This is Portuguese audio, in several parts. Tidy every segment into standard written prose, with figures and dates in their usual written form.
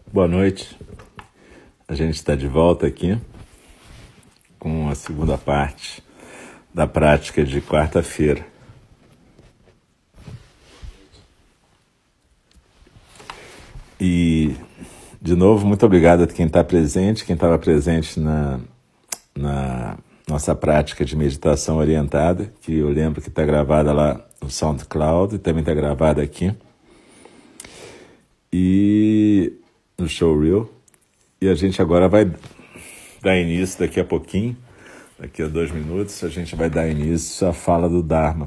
Boa noite. A gente está de volta aqui com a segunda parte da prática de quarta-feira. E, de novo, muito obrigado a quem está presente, quem estava presente na nossa prática de meditação orientada, que eu lembro que está gravada lá no SoundCloud e também está gravada aqui. E no Showreel. E a gente agora vai dar início daqui a pouquinho, daqui a 2 minutos, a gente vai dar início à fala do Dharma.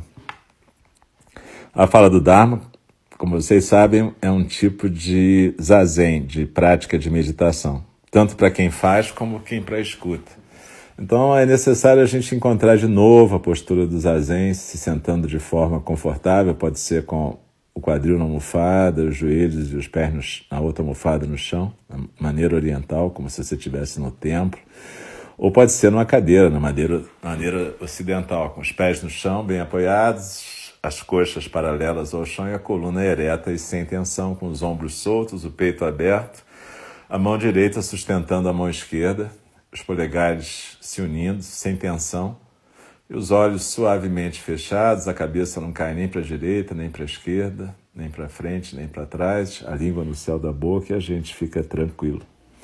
A fala do Dharma, como vocês sabem, é um tipo de zazen, de prática de meditação, tanto para quem faz como quem para escuta. Então é necessário a gente encontrar de novo a postura do zazen, se sentando de forma confortável, pode ser com o quadril na almofada, os joelhos e os pés na outra almofada no chão, na maneira oriental, como se você estivesse no templo. Ou pode ser numa cadeira, na maneira ocidental, com os pés no chão, bem apoiados, as coxas paralelas ao chão e a coluna ereta e sem tensão, com os ombros soltos, o peito aberto, a mão direita sustentando a mão esquerda, os polegares se unindo, sem tensão, e os olhos suavemente fechados, a cabeça não cai nem para a direita, nem para a esquerda, nem para frente, nem para trás, a língua no céu da boca e a gente fica tranquilo.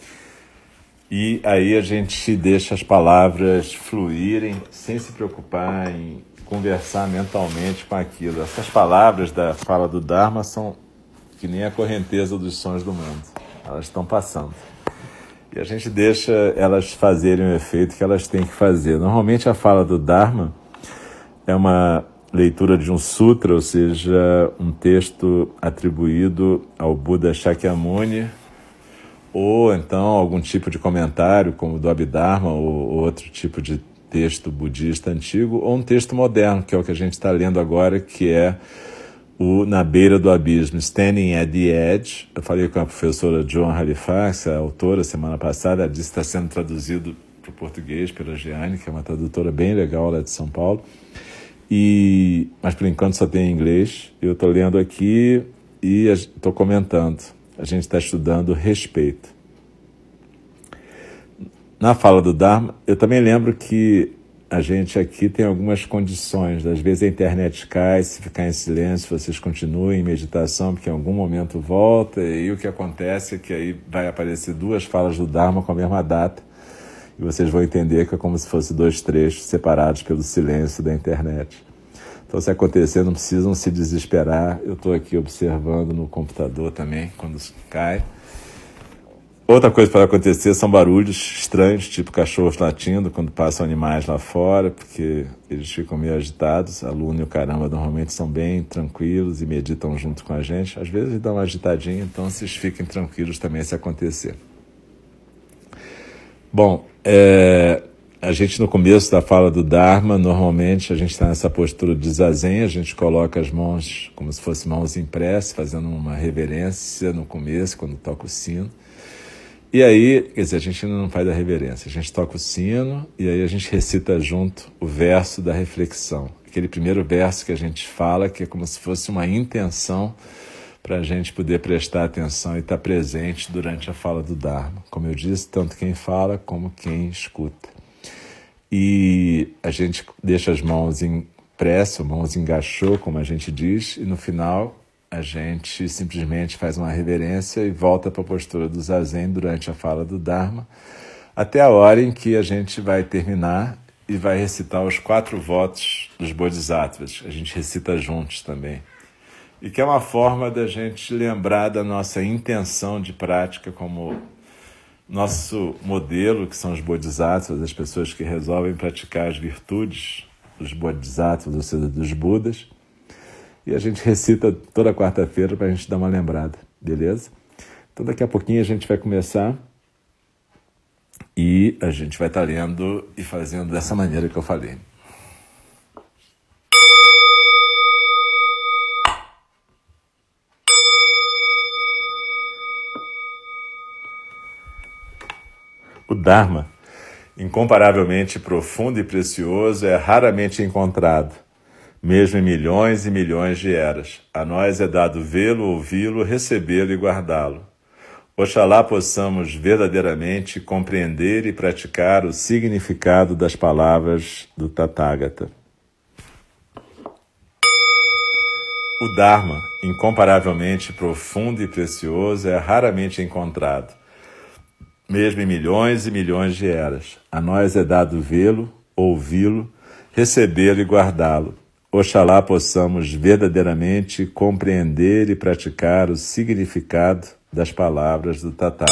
E aí a gente deixa as palavras fluírem sem se preocupar em conversar mentalmente com aquilo. Essas palavras da fala do Dharma são que nem a correnteza dos sons do mundo. Elas estão passando. E a gente deixa elas fazerem o efeito que elas têm que fazer. Normalmente a fala do Dharma é uma leitura de um sutra, ou seja, um texto atribuído ao Buda Shakyamuni, ou então algum tipo de comentário, como o do Abhidharma, ou outro tipo de texto budista antigo, ou um texto moderno, que é o que a gente está lendo agora, que é o Na Beira do Abismo, Standing at the Edge. Eu falei com a professora Joan Halifax, a autora, semana passada. Ela disse que está sendo traduzido para o português pela Giane, que é uma tradutora bem legal lá de São Paulo. Mas por enquanto só tem em inglês. Eu estou lendo aqui e estou comentando. A gente está estudando respeito. Na fala do Dharma, eu também lembro que a gente aqui tem algumas condições. Às vezes a internet cai, se ficar em silêncio, vocês continuem em meditação, porque em algum momento volta, e o que acontece é que aí vai aparecer 2 falas do Dharma com a mesma data, e vocês vão entender que é como se fossem 2 trechos separados pelo silêncio da internet. Então, se acontecer, não precisam se desesperar. Eu estou aqui observando no computador também, quando cai. Outra coisa que pode acontecer são barulhos estranhos, tipo cachorros latindo quando passam animais lá fora, porque eles ficam meio agitados. A Luna e o Caramba normalmente são bem tranquilos e meditam junto com a gente. Às vezes dão uma agitadinha, então vocês fiquem tranquilos também se acontecer. Bom, a gente no começo da fala do Dharma, normalmente a gente está nessa postura de zazen, a gente coloca as mãos como se fossem mãos em prece, fazendo uma reverência no começo, quando toca o sino. E aí, quer dizer, a gente ainda não faz a reverência, a gente toca o sino e aí a gente recita junto o verso da reflexão. Aquele primeiro verso que a gente fala, que é como se fosse uma intenção para a gente poder prestar atenção e estar presente durante a fala do Dharma. Como eu disse, tanto quem fala como quem escuta. E a gente deixa as mãos em prece, mãos em gachô, como a gente diz, e no final a gente simplesmente faz uma reverência e volta para a postura do zazen durante a fala do Dharma, até a hora em que a gente vai terminar e vai recitar os 4 votos dos Bodhisattvas. A gente recita juntos também. E que é uma forma da gente lembrar da nossa intenção de prática como nosso modelo, que são os Bodhisattvas, as pessoas que resolvem praticar as virtudes dos Bodhisattvas, ou seja, dos Budas. E a gente recita toda quarta-feira para a gente dar uma lembrada, beleza? Então daqui a pouquinho a gente vai começar e a gente vai estar lendo e fazendo dessa maneira que eu falei. O Dharma, incomparavelmente profundo e precioso, é raramente encontrado, mesmo em milhões e milhões de eras. A nós é dado vê-lo, ouvi-lo, recebê-lo e guardá-lo. Oxalá possamos verdadeiramente compreender e praticar o significado das palavras do Tathagata. O Dharma, incomparavelmente profundo e precioso, é raramente encontrado, mesmo em milhões e milhões de eras. A nós é dado vê-lo, ouvi-lo, recebê-lo e guardá-lo. Oxalá possamos verdadeiramente compreender e praticar o significado das palavras do Tathagata.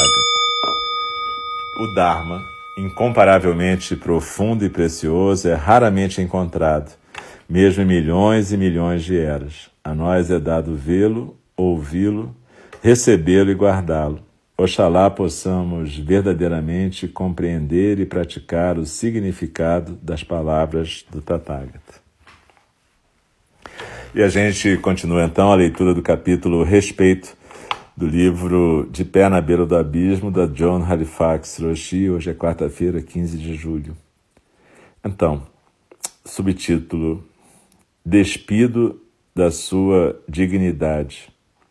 O Dharma, incomparavelmente profundo e precioso, é raramente encontrado, mesmo em milhões e milhões de eras. A nós é dado vê-lo, ouvi-lo, recebê-lo e guardá-lo. Oxalá possamos verdadeiramente compreender e praticar o significado das palavras do Tathagata. E a gente continua então a leitura do capítulo Respeito, do livro De Pé na Beira do Abismo, da John Halifax Roshi. Hoje é quarta-feira, 15 de julho. Então, subtítulo: Despido da sua dignidade.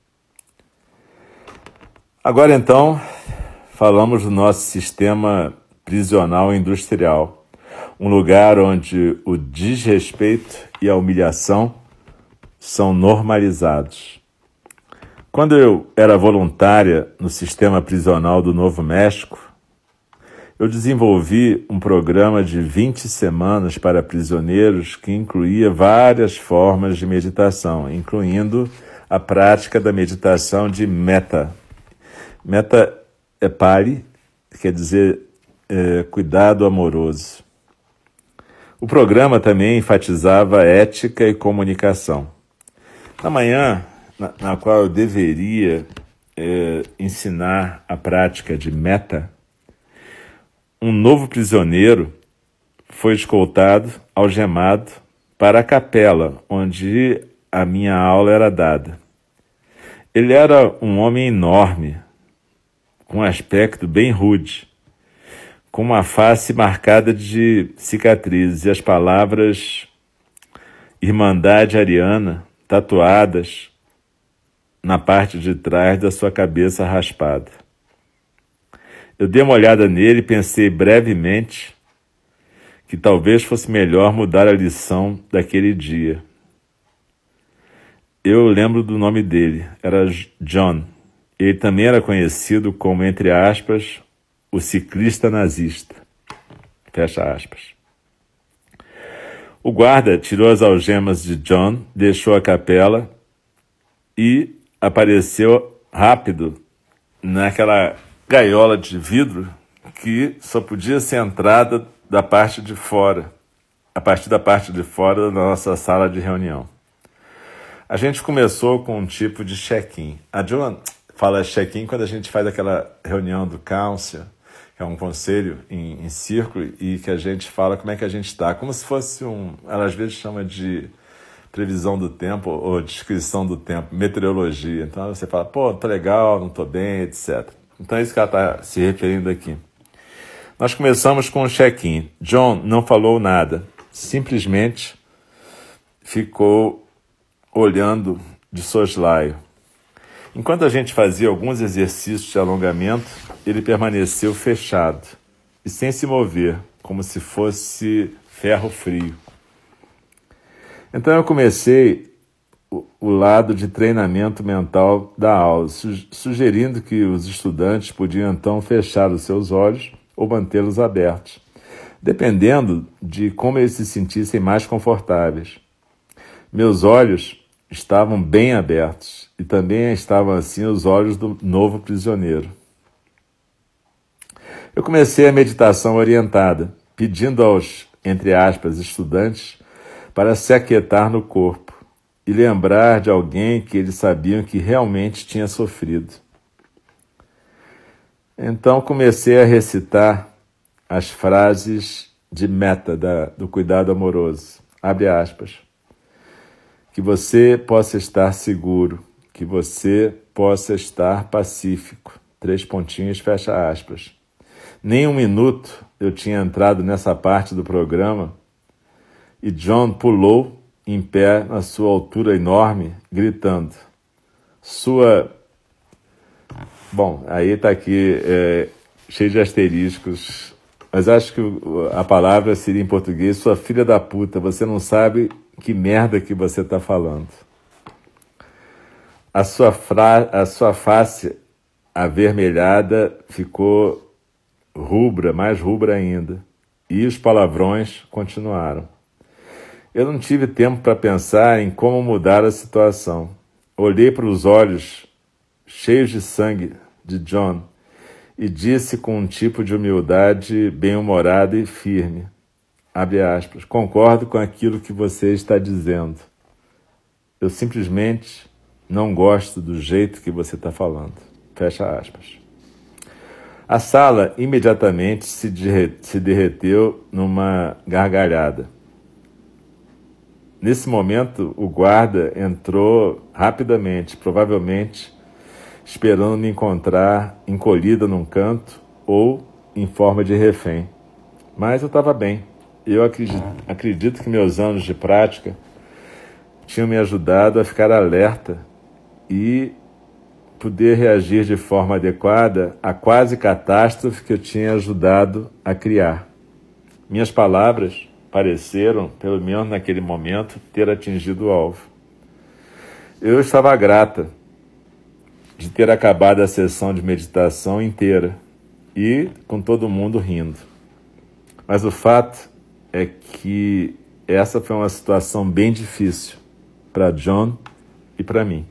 Agora então, falamos do nosso sistema prisional industrial, um lugar onde o desrespeito e a humilhação são normalizados. Quando eu era voluntária no sistema prisional do Novo México, eu desenvolvi um programa de 20 semanas para prisioneiros que incluía várias formas de meditação, incluindo a prática da meditação de metta. Metta é pali, quer dizer cuidado amoroso. O programa também enfatizava ética e comunicação. Na manhã, na qual eu deveria ensinar a prática de metta, um novo prisioneiro foi escoltado, algemado, para a capela, onde a minha aula era dada. Ele era um homem enorme, com um aspecto bem rude, com uma face marcada de cicatrizes e as palavras Irmandade Ariana tatuadas na parte de trás da sua cabeça raspada. Eu dei uma olhada nele e pensei brevemente que talvez fosse melhor mudar a lição daquele dia. Eu lembro do nome dele, era John. Ele também era conhecido como, entre aspas, o ciclista nazista. Fecha aspas. O guarda tirou as algemas de John, deixou a capela e apareceu rápido naquela gaiola de vidro que só podia ser entrada da parte de fora, a partir da parte de fora da nossa sala de reunião. A gente começou com um tipo de check-in. A John fala check-in quando a gente faz aquela reunião do council, que é um conselho em círculo, e que a gente fala como é que a gente está, como se fosse ela às vezes chama de previsão do tempo ou descrição do tempo, meteorologia. Então você fala, pô, tô legal, não tô bem, etc. Então é isso que ela está se referindo aqui. Nós começamos com um check-in. John não falou nada, simplesmente ficou olhando de soslaio. Enquanto a gente fazia alguns exercícios de alongamento, ele permaneceu fechado e sem se mover, como se fosse ferro frio. Então eu comecei o lado de treinamento mental da aula, sugerindo que os estudantes podiam então fechar os seus olhos ou mantê-los abertos, dependendo de como eles se sentissem mais confortáveis. Meus olhos estavam bem abertos e também estavam assim os olhos do novo prisioneiro. Eu comecei a meditação orientada, pedindo aos, entre aspas, estudantes para se aquietar no corpo e lembrar de alguém que eles sabiam que realmente tinha sofrido. Então comecei a recitar as frases de metta do cuidado amoroso. Abre aspas. Que você possa estar seguro, que você possa estar pacífico. 3 pontinhos, fecha aspas. Nem 1 minuto eu tinha entrado nessa parte do programa e John pulou em pé na sua altura enorme, gritando: Sua Bom, aí está aqui cheio de asteriscos, mas acho que a palavra seria em português: sua filha da puta, você não sabe que merda que você está falando. A sua face avermelhada ficou rubra, mais rubra ainda, e os palavrões continuaram. Eu não tive tempo para pensar em como mudar a situação. Olhei para os olhos cheios de sangue de John e disse com um tipo de humildade bem-humorada e firme, abre aspas, concordo com aquilo que você está dizendo. Eu simplesmente não gosto do jeito que você está falando. Fecha aspas. A sala imediatamente se derreteu numa gargalhada. Nesse momento, o guarda entrou rapidamente, provavelmente esperando me encontrar encolhida num canto ou em forma de refém. Mas eu estava bem. Eu acredito que meus anos de prática tinham me ajudado a ficar alerta e poder reagir de forma adequada à quase catástrofe que eu tinha ajudado a criar. Minhas palavras pareceram, pelo menos naquele momento, ter atingido o alvo. Eu estava grata de ter acabado a sessão de meditação inteira e com todo mundo rindo. Mas o fato é que essa foi uma situação bem difícil para John e para mim.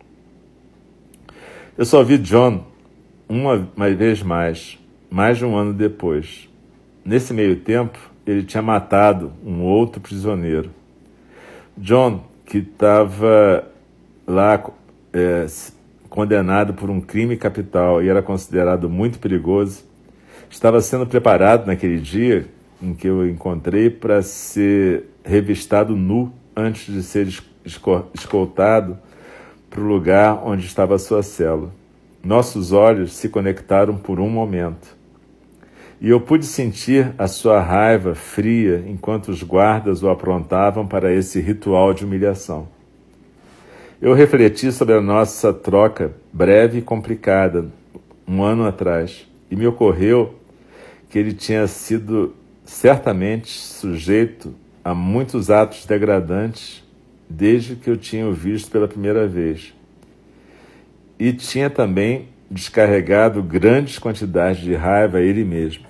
Eu só vi John uma vez mais de um ano depois. Nesse meio tempo, ele tinha matado um outro prisioneiro. John, que estava lá condenado por um crime capital e era considerado muito perigoso, estava sendo preparado naquele dia em que eu o encontrei para ser revistado nu antes de ser escoltado para o lugar onde estava a sua cela. Nossos olhos se conectaram por um momento. E eu pude sentir a sua raiva fria enquanto os guardas o aprontavam para esse ritual de humilhação. Eu refleti sobre a nossa troca breve e complicada, um ano atrás, e me ocorreu que ele tinha sido certamente sujeito a muitos atos degradantes desde que eu tinha o visto pela primeira vez. E tinha também descarregado grandes quantidades de raiva a ele mesmo.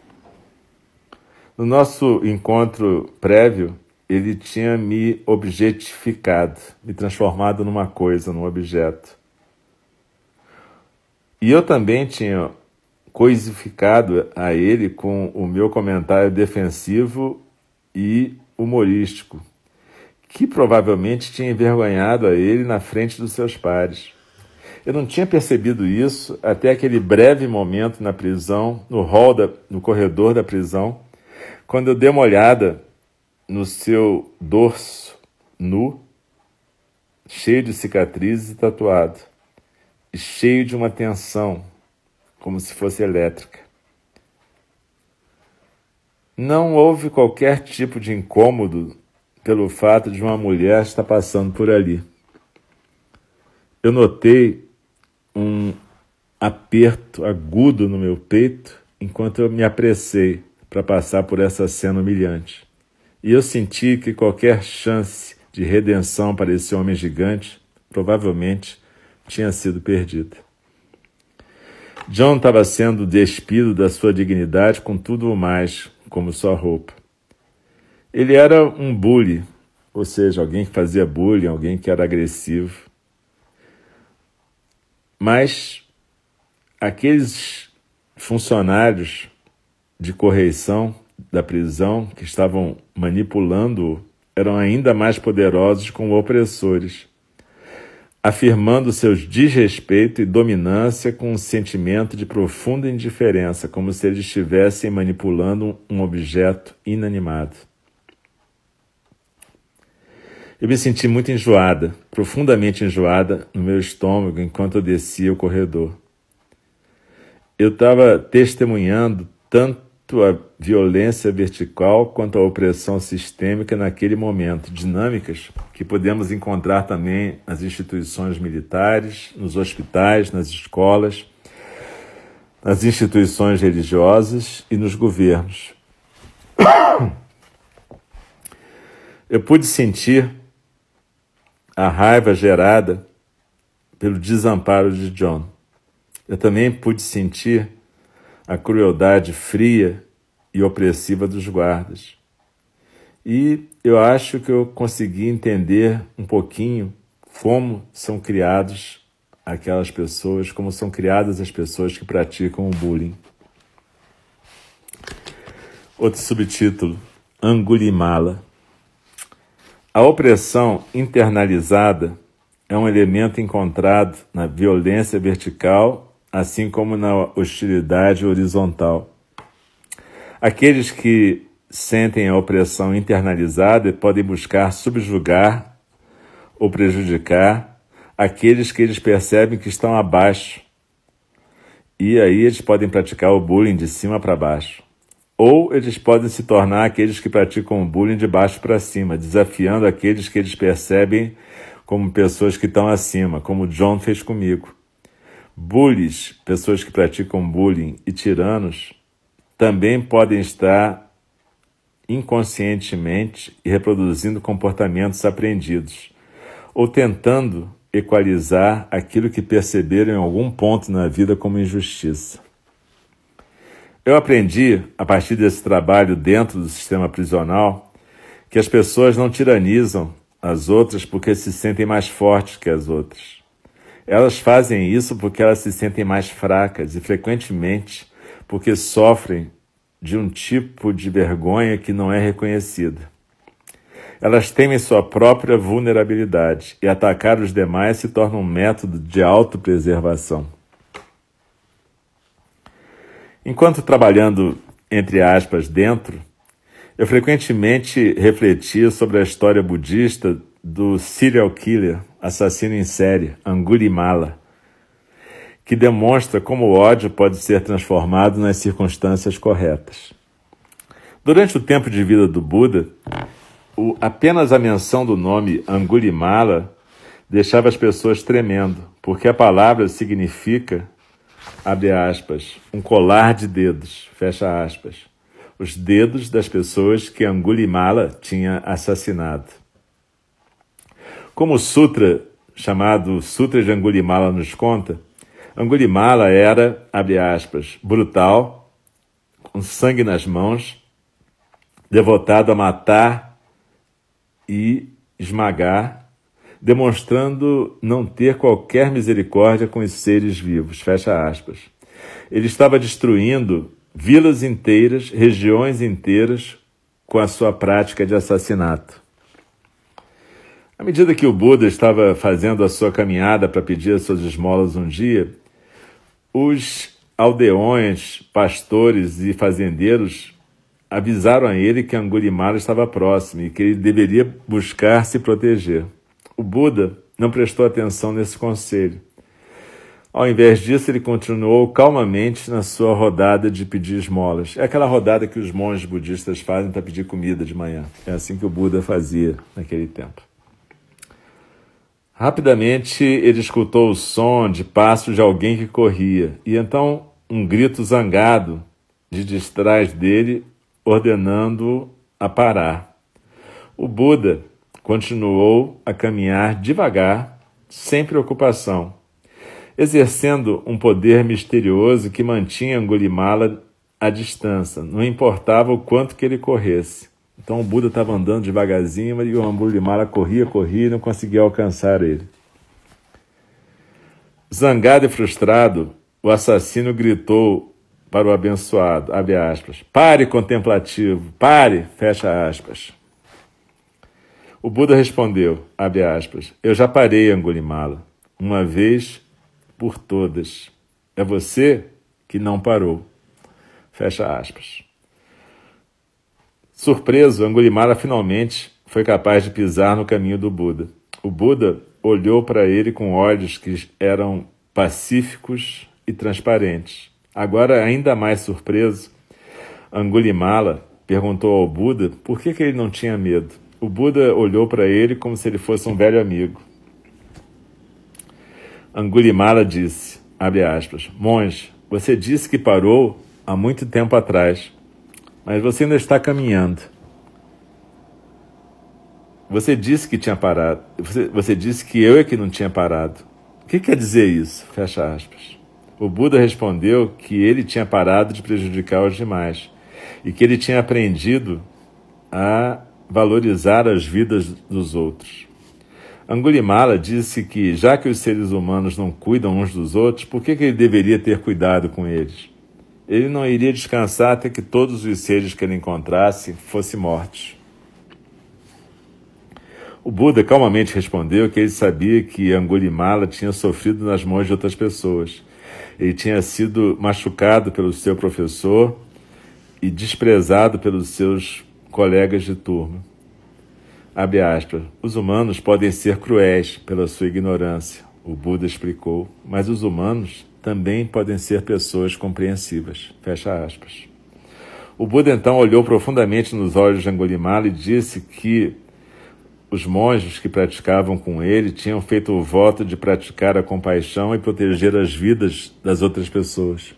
No nosso encontro prévio, ele tinha me objetificado, me transformado numa coisa, num objeto. E eu também tinha coisificado a ele com o meu comentário defensivo e humorístico, que provavelmente tinha envergonhado a ele na frente dos seus pares. Eu não tinha percebido isso até aquele breve momento na prisão, no corredor da prisão, quando eu dei uma olhada no seu dorso nu, cheio de cicatrizes e tatuado, e cheio de uma tensão, como se fosse elétrica. Não houve qualquer tipo de incômodo pelo fato de uma mulher estar passando por ali. Eu notei um aperto agudo no meu peito enquanto eu me apressei para passar por essa cena humilhante. E eu senti que qualquer chance de redenção para esse homem gigante provavelmente tinha sido perdida. John estava sendo despido da sua dignidade com tudo o mais, como sua roupa. Ele era um bully, ou seja, alguém que fazia bullying, alguém que era agressivo. Mas aqueles funcionários de correição da prisão que estavam manipulando-o eram ainda mais poderosos como opressores, afirmando seus desrespeito e dominância com um sentimento de profunda indiferença, como se eles estivessem manipulando um objeto inanimado. Eu me senti muito enjoada, profundamente enjoada no meu estômago enquanto eu descia o corredor. Eu estava testemunhando tanto a violência vertical quanto a opressão sistêmica naquele momento, dinâmicas que podemos encontrar também nas instituições militares, nos hospitais, nas escolas nas instituições religiosas e nos governos. Eu pude sentir a raiva gerada pelo desamparo de John. Eu também pude sentir a crueldade fria e opressiva dos guardas. E eu acho que eu consegui entender um pouquinho como são criados aquelas pessoas, como são criadas as pessoas que praticam o bullying. Outro subtítulo, Angulimala. A opressão internalizada é um elemento encontrado na violência vertical, assim como na hostilidade horizontal. Aqueles que sentem a opressão internalizada podem buscar subjugar ou prejudicar aqueles que eles percebem que estão abaixo. E aí eles podem praticar o bullying de cima para baixo. Ou eles podem se tornar aqueles que praticam o bullying de baixo para cima, desafiando aqueles que eles percebem como pessoas que estão acima, como John fez comigo. Bullies, pessoas que praticam bullying, e tiranos também podem estar inconscientemente e reproduzindo comportamentos aprendidos, ou tentando equalizar aquilo que perceberam em algum ponto na vida como injustiça. Eu aprendi, a partir desse trabalho dentro do sistema prisional, que as pessoas não tiranizam as outras porque se sentem mais fortes que as outras. Elas fazem isso porque elas se sentem mais fracas e, frequentemente, porque sofrem de um tipo de vergonha que não é reconhecida. Elas temem sua própria vulnerabilidade e atacar os demais se torna um método de autopreservação. Enquanto trabalhando, entre aspas, dentro, eu frequentemente refletia sobre a história budista do serial killer, assassino em série, Angulimala, que demonstra como o ódio pode ser transformado nas circunstâncias corretas. Durante o tempo de vida do Buda, apenas a menção do nome Angulimala deixava as pessoas tremendo, porque a palavra significa, abre aspas, um colar de dedos, fecha aspas, os dedos das pessoas que Angulimala tinha assassinado. Como o sutra, chamado Sutra de Angulimala, nos conta, Angulimala era, abre aspas, brutal, com sangue nas mãos, devotado a matar e esmagar, demonstrando não ter qualquer misericórdia com os seres vivos, fecha aspas. Ele estava destruindo vilas inteiras, regiões inteiras, com a sua prática de assassinato. À medida que o Buda estava fazendo a sua caminhada para pedir as suas esmolas um dia, os aldeões, pastores e fazendeiros avisaram a ele que Angulimala estava próximo e que ele deveria buscar se proteger. O Buda não prestou atenção nesse conselho. Ao invés disso, ele continuou calmamente na sua rodada de pedir esmolas. É aquela rodada que os monges budistas fazem para pedir comida de manhã. É assim que o Buda fazia naquele tempo. Rapidamente, ele escutou o som de passos de alguém que corria, e então um grito zangado de trás dele, ordenando-o a parar. O Buda continuou a caminhar devagar, sem preocupação, exercendo um poder misterioso que mantinha Angulimala à distância, não importava o quanto que ele corresse. Então o Buda estava andando devagarzinho e o Angulimala corria e não conseguia alcançar ele. Zangado e frustrado, o assassino gritou para o abençoado, abre aspas, pare, contemplativo, pare, fecha aspas. O Buda respondeu, abre aspas, eu já parei, Angulimala, uma vez por todas. É você que não parou, fecha aspas. Surpreso, Angulimala finalmente foi capaz de pisar no caminho do Buda. O Buda olhou para ele com olhos que eram pacíficos e transparentes. Agora, ainda mais surpreso, Angulimala perguntou ao Buda por que ele não tinha medo. O Buda olhou para ele como se ele fosse um velho amigo. Angulimala disse, abre aspas, monge, Você disse que parou há muito tempo atrás, mas você ainda está caminhando. Você disse que tinha parado. Você disse que eu é que não tinha parado. O que quer dizer isso? Fecha aspas. O Buda respondeu que ele tinha parado de prejudicar os demais e que ele tinha aprendido a valorizar as vidas dos outros. Angulimala disse que, já que os seres humanos não cuidam uns dos outros, por que ele deveria ter cuidado com eles? Ele não iria descansar até que todos os seres que ele encontrasse fossem mortos. O Buda calmamente respondeu que ele sabia que Angulimala tinha sofrido nas mãos de outras pessoas. Ele tinha sido machucado pelo seu professor e desprezado pelos seus colegas de turma. Abre aspas. Os humanos podem ser cruéis pela sua ignorância, o Buda explicou, mas os humanos também podem ser pessoas compreensivas. Fecha aspas. O Buda então olhou profundamente nos olhos de Angulimala e disse que os monges que praticavam com ele tinham feito o voto de praticar a compaixão e proteger as vidas das outras pessoas.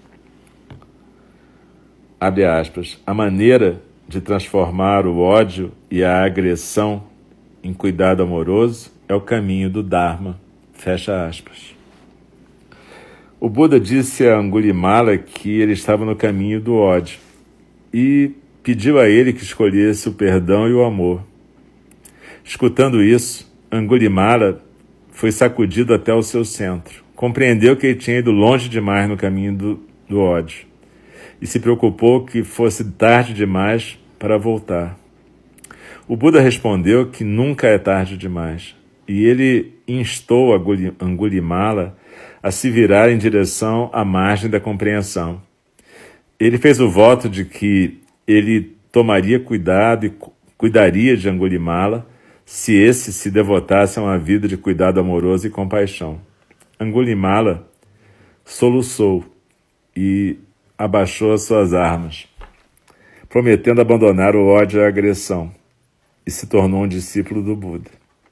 Abre aspas. A maneira de transformar o ódio e a agressão em cuidado amoroso é o caminho do Dharma. Fecha aspas. O Buda disse a Angulimala que ele estava no caminho do ódio e pediu a ele que escolhesse o perdão e o amor. Escutando isso, Angulimala foi sacudido até o seu centro. Compreendeu que ele tinha ido longe demais no caminho do ódio e se preocupou que fosse tarde demais para voltar. O Buda respondeu que nunca é tarde demais e ele instou Angulimala a se virar em direção à margem da compreensão. Ele fez o voto de que ele tomaria cuidado e cuidaria de Angulimala se esse se devotasse a uma vida de cuidado amoroso e compaixão. Angulimala soluçou e abaixou as suas armas, prometendo abandonar o ódio e a agressão, e se tornou um discípulo do Buda.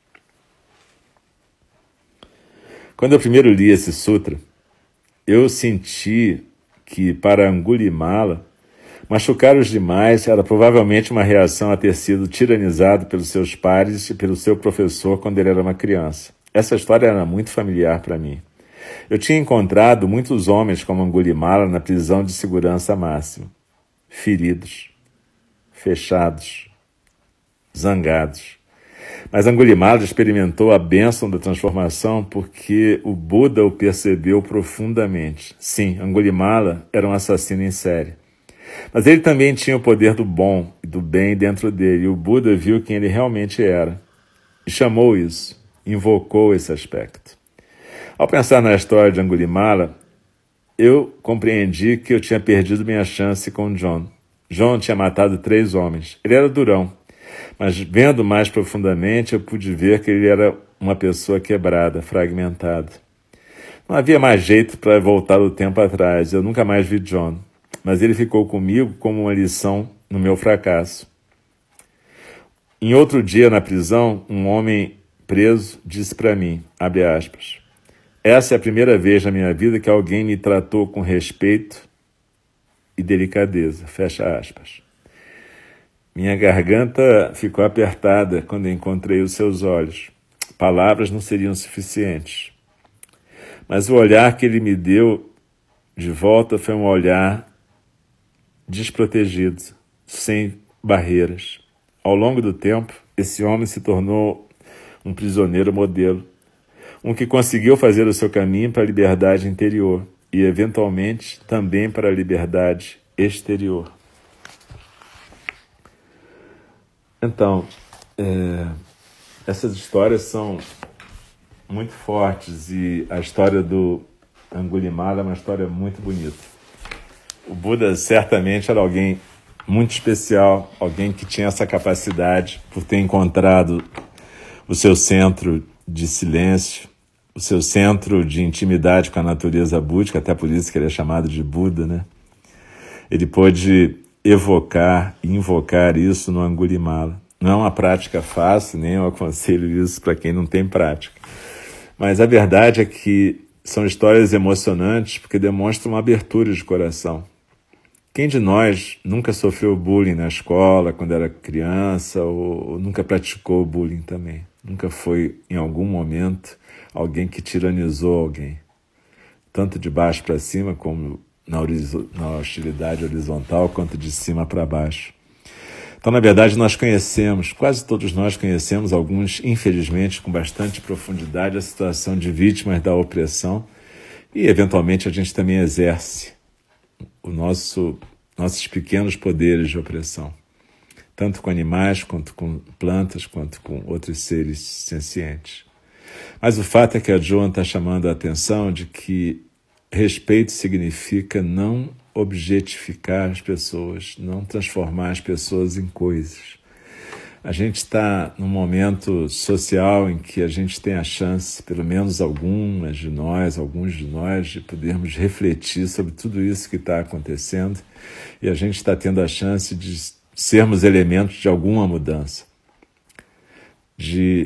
Quando eu primeiro li esse sutra, eu senti que, para Angulimala, machucar os demais era provavelmente uma reação a ter sido tiranizado pelos seus pares e pelo seu professor quando ele era uma criança. Essa história era muito familiar para mim. Eu tinha encontrado muitos homens como Angulimala na prisão de segurança máxima. Feridos, fechados, zangados. Mas Angulimala experimentou a bênção da transformação porque o Buda o percebeu profundamente. Sim, Angulimala era um assassino em série. Mas ele também tinha o poder do bom e do bem dentro dele, e o Buda viu quem ele realmente era. E chamou isso, invocou esse aspecto. Ao pensar na história de Angulimala, eu compreendi que eu tinha perdido minha chance com John. John tinha matado 3 homens. Ele era durão, mas vendo mais profundamente, eu pude ver que ele era uma pessoa quebrada, fragmentada. Não havia mais jeito para voltar o tempo atrás. Eu nunca mais vi John. Mas ele ficou comigo como uma lição no meu fracasso. Em outro dia, na prisão, um homem preso disse para mim, abre aspas, essa é a primeira vez na minha vida que alguém me tratou com respeito e delicadeza, fecha aspas. Minha garganta ficou apertada quando encontrei os seus olhos. Palavras não seriam suficientes. Mas o olhar que ele me deu de volta foi um olhar desprotegido, sem barreiras. Ao longo do tempo, esse homem se tornou um prisioneiro modelo, um que conseguiu fazer o seu caminho para a liberdade interior e, eventualmente, também para a liberdade exterior. Então, essas histórias são muito fortes e a história do Angulimala é uma história muito bonita. O Buda certamente era alguém muito especial, alguém que tinha essa capacidade por ter encontrado o seu centro de silêncio, o seu centro de intimidade com a natureza búdica, até por isso que ele é chamado de Buda, né? Ele pôde evocar e invocar isso no Angulimala. Não é uma prática fácil, nem eu aconselho isso para quem não tem prática. Mas a verdade é que são histórias emocionantes porque demonstram uma abertura de coração. Quem de nós nunca sofreu bullying na escola quando era criança ou nunca praticou bullying também? Nunca foi, em algum momento, alguém que tiranizou alguém, tanto de baixo para cima, como na hostilidade horizontal, quanto de cima para baixo. Então, na verdade, nós conhecemos, quase todos nós conhecemos, alguns, infelizmente, com bastante profundidade, a situação de vítimas da opressão e, eventualmente, a gente também exerce nossos pequenos poderes de opressão, tanto com animais, quanto com plantas, quanto com outros seres sencientes. Mas o fato é que a Joan está chamando a atenção de que respeito significa não objetificar as pessoas, não transformar as pessoas em coisas. A gente está num momento social em que a gente tem a chance, pelo menos alguns de nós, de podermos refletir sobre tudo isso que está acontecendo, e a gente está tendo a chance de sermos elementos de alguma mudança. De,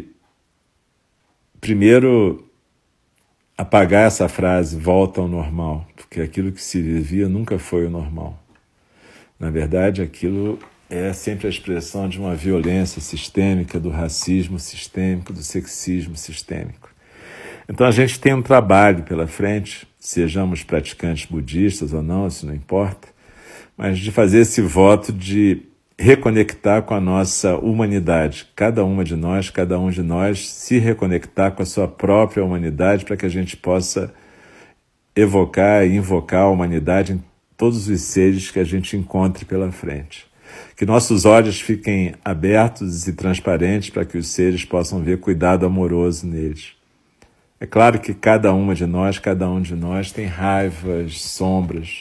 primeiro, apagar essa frase, volta ao normal, porque aquilo que se vivia nunca foi o normal. Na verdade, aquilo é sempre a expressão de uma violência sistêmica, do racismo sistêmico, do sexismo sistêmico. Então a gente tem um trabalho pela frente, sejamos praticantes budistas ou não, isso não importa, mas de fazer esse voto de reconectar com a nossa humanidade. Cada um de nós se reconectar com a sua própria humanidade para que a gente possa evocar e invocar a humanidade em todos os seres que a gente encontre pela frente. Que nossos olhos fiquem abertos e transparentes para que os seres possam ver cuidado amoroso neles. É claro que cada um de nós tem raivas, sombras.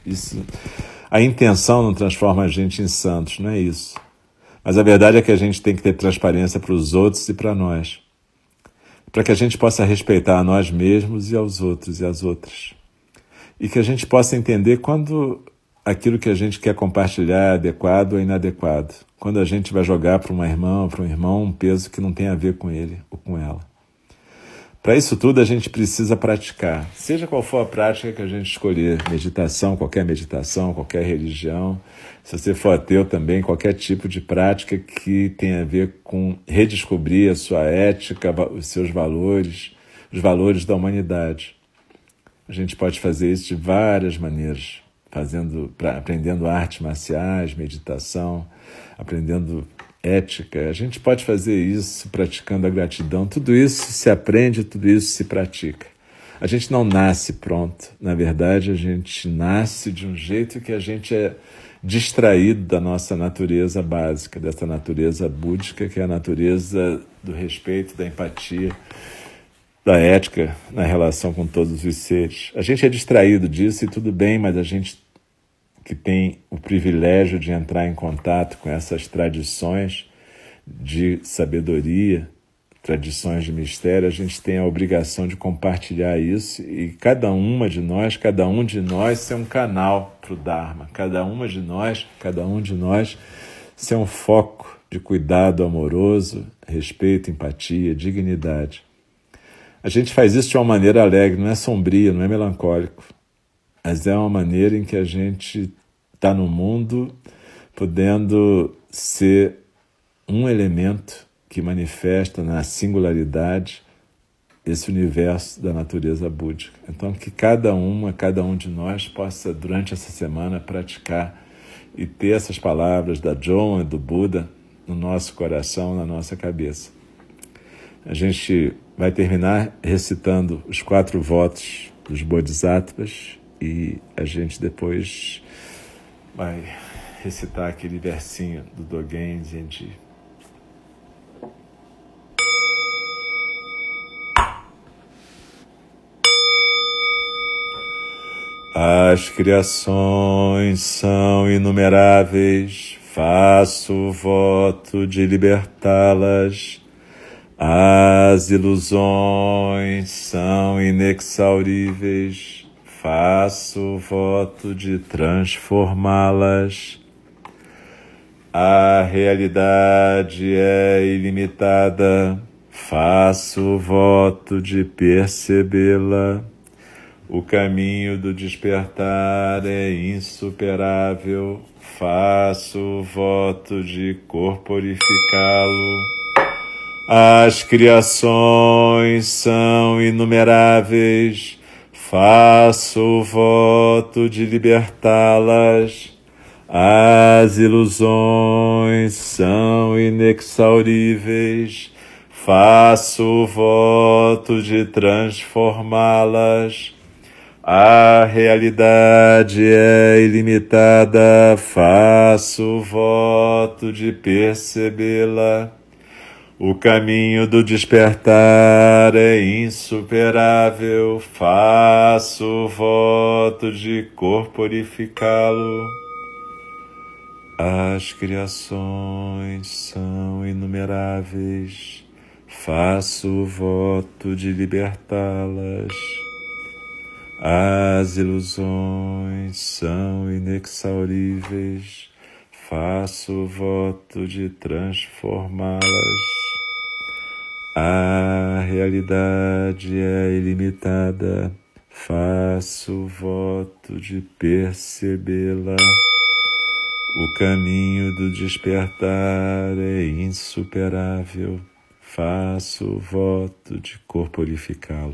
A intenção não transforma a gente em santos, não é isso. Mas a verdade é que a gente tem que ter transparência para os outros e para nós, para que a gente possa respeitar a nós mesmos e aos outros e às outras. E que a gente possa entender quando aquilo que a gente quer compartilhar é adequado ou inadequado. Quando a gente vai jogar para uma irmã ou para um irmão um peso que não tem a ver com ele ou com ela. Para isso tudo a gente precisa praticar. Seja qual for a prática que a gente escolher, meditação, qualquer religião. Se você for ateu também, qualquer tipo de prática que tenha a ver com redescobrir a sua ética, os seus valores, os valores da humanidade. A gente pode fazer isso de várias maneiras. Aprendendo artes marciais, meditação, aprendendo ética. A gente pode fazer isso praticando a gratidão. Tudo isso se aprende, tudo isso se pratica. A gente não nasce pronto. Na verdade, a gente nasce de um jeito que a gente é distraído da nossa natureza básica, dessa natureza búdica, que é a natureza do respeito, da empatia, da ética na relação com todos os seres. A gente é distraído disso e tudo bem, mas a gente que tem o privilégio de entrar em contato com essas tradições de sabedoria, tradições de mistério, a gente tem a obrigação de compartilhar isso e cada um de nós ser um canal para o Dharma, cada um de nós ser um foco de cuidado amoroso, respeito, empatia, dignidade. A gente faz isso de uma maneira alegre, não é sombria, não é melancólico, mas é uma maneira em que a gente está no mundo podendo ser um elemento que manifesta na singularidade esse universo da natureza búdica. Então, que cada um de nós possa, durante essa semana, praticar e ter essas palavras da Joan e do Buda no nosso coração, na nossa cabeça. A gente vai terminar recitando os 4 votos dos Bodhisattvas e a gente depois vai recitar aquele versinho do Dogen Zenji. As criações são inumeráveis, faço o voto de libertá-las. As ilusões são inexauríveis, faço o voto de transformá-las. A realidade é ilimitada, faço o voto de percebê-la. O caminho do despertar é insuperável. Faço voto de corporificá-lo. As criações são inumeráveis. Faço voto de libertá-las. As ilusões são inexauríveis. Faço voto de transformá-las. A realidade é ilimitada. Faço voto de percebê-la. O caminho do despertar é insuperável. Faço voto de corporificá-lo. As criações são inumeráveis. Faço voto de libertá-las. As ilusões são inexauríveis. Faço voto de transformá-las. A realidade é ilimitada. Faço voto de percebê-la. O caminho do despertar é insuperável. Faço voto de corporificá-lo.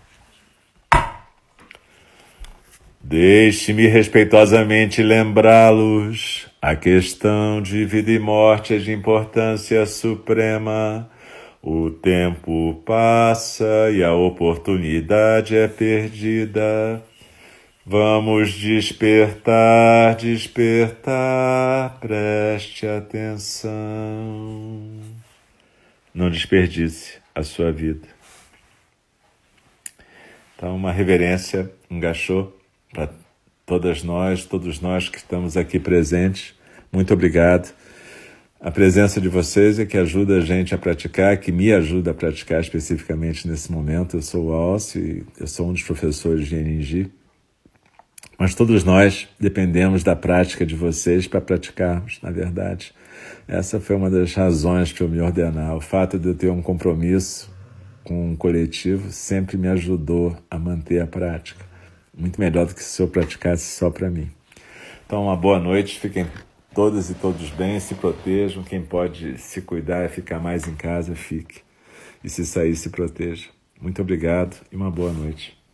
Deixe-me respeitosamente lembrá-los. A questão de vida e morte é de importância suprema. O tempo passa e a oportunidade é perdida. Vamos despertar, despertar, preste atenção. Não desperdice a sua vida. Então, uma reverência, um gachô para todos nós que estamos aqui presentes. Muito obrigado. A presença de vocês é que ajuda a gente a praticar, que me ajuda a praticar especificamente nesse momento. Eu sou o Alcio e eu sou um dos professores de NG. Mas todos nós dependemos da prática de vocês para praticarmos, na verdade. Essa foi uma das razões para eu me ordenar. O fato de eu ter um compromisso com um coletivo sempre me ajudou a manter a prática. Muito melhor do que se eu praticasse só para mim. Então, uma boa noite. Fiquem todas e todos bem, se protejam. Quem pode se cuidar e ficar mais em casa, fique. E se sair, se proteja. Muito obrigado e uma boa noite.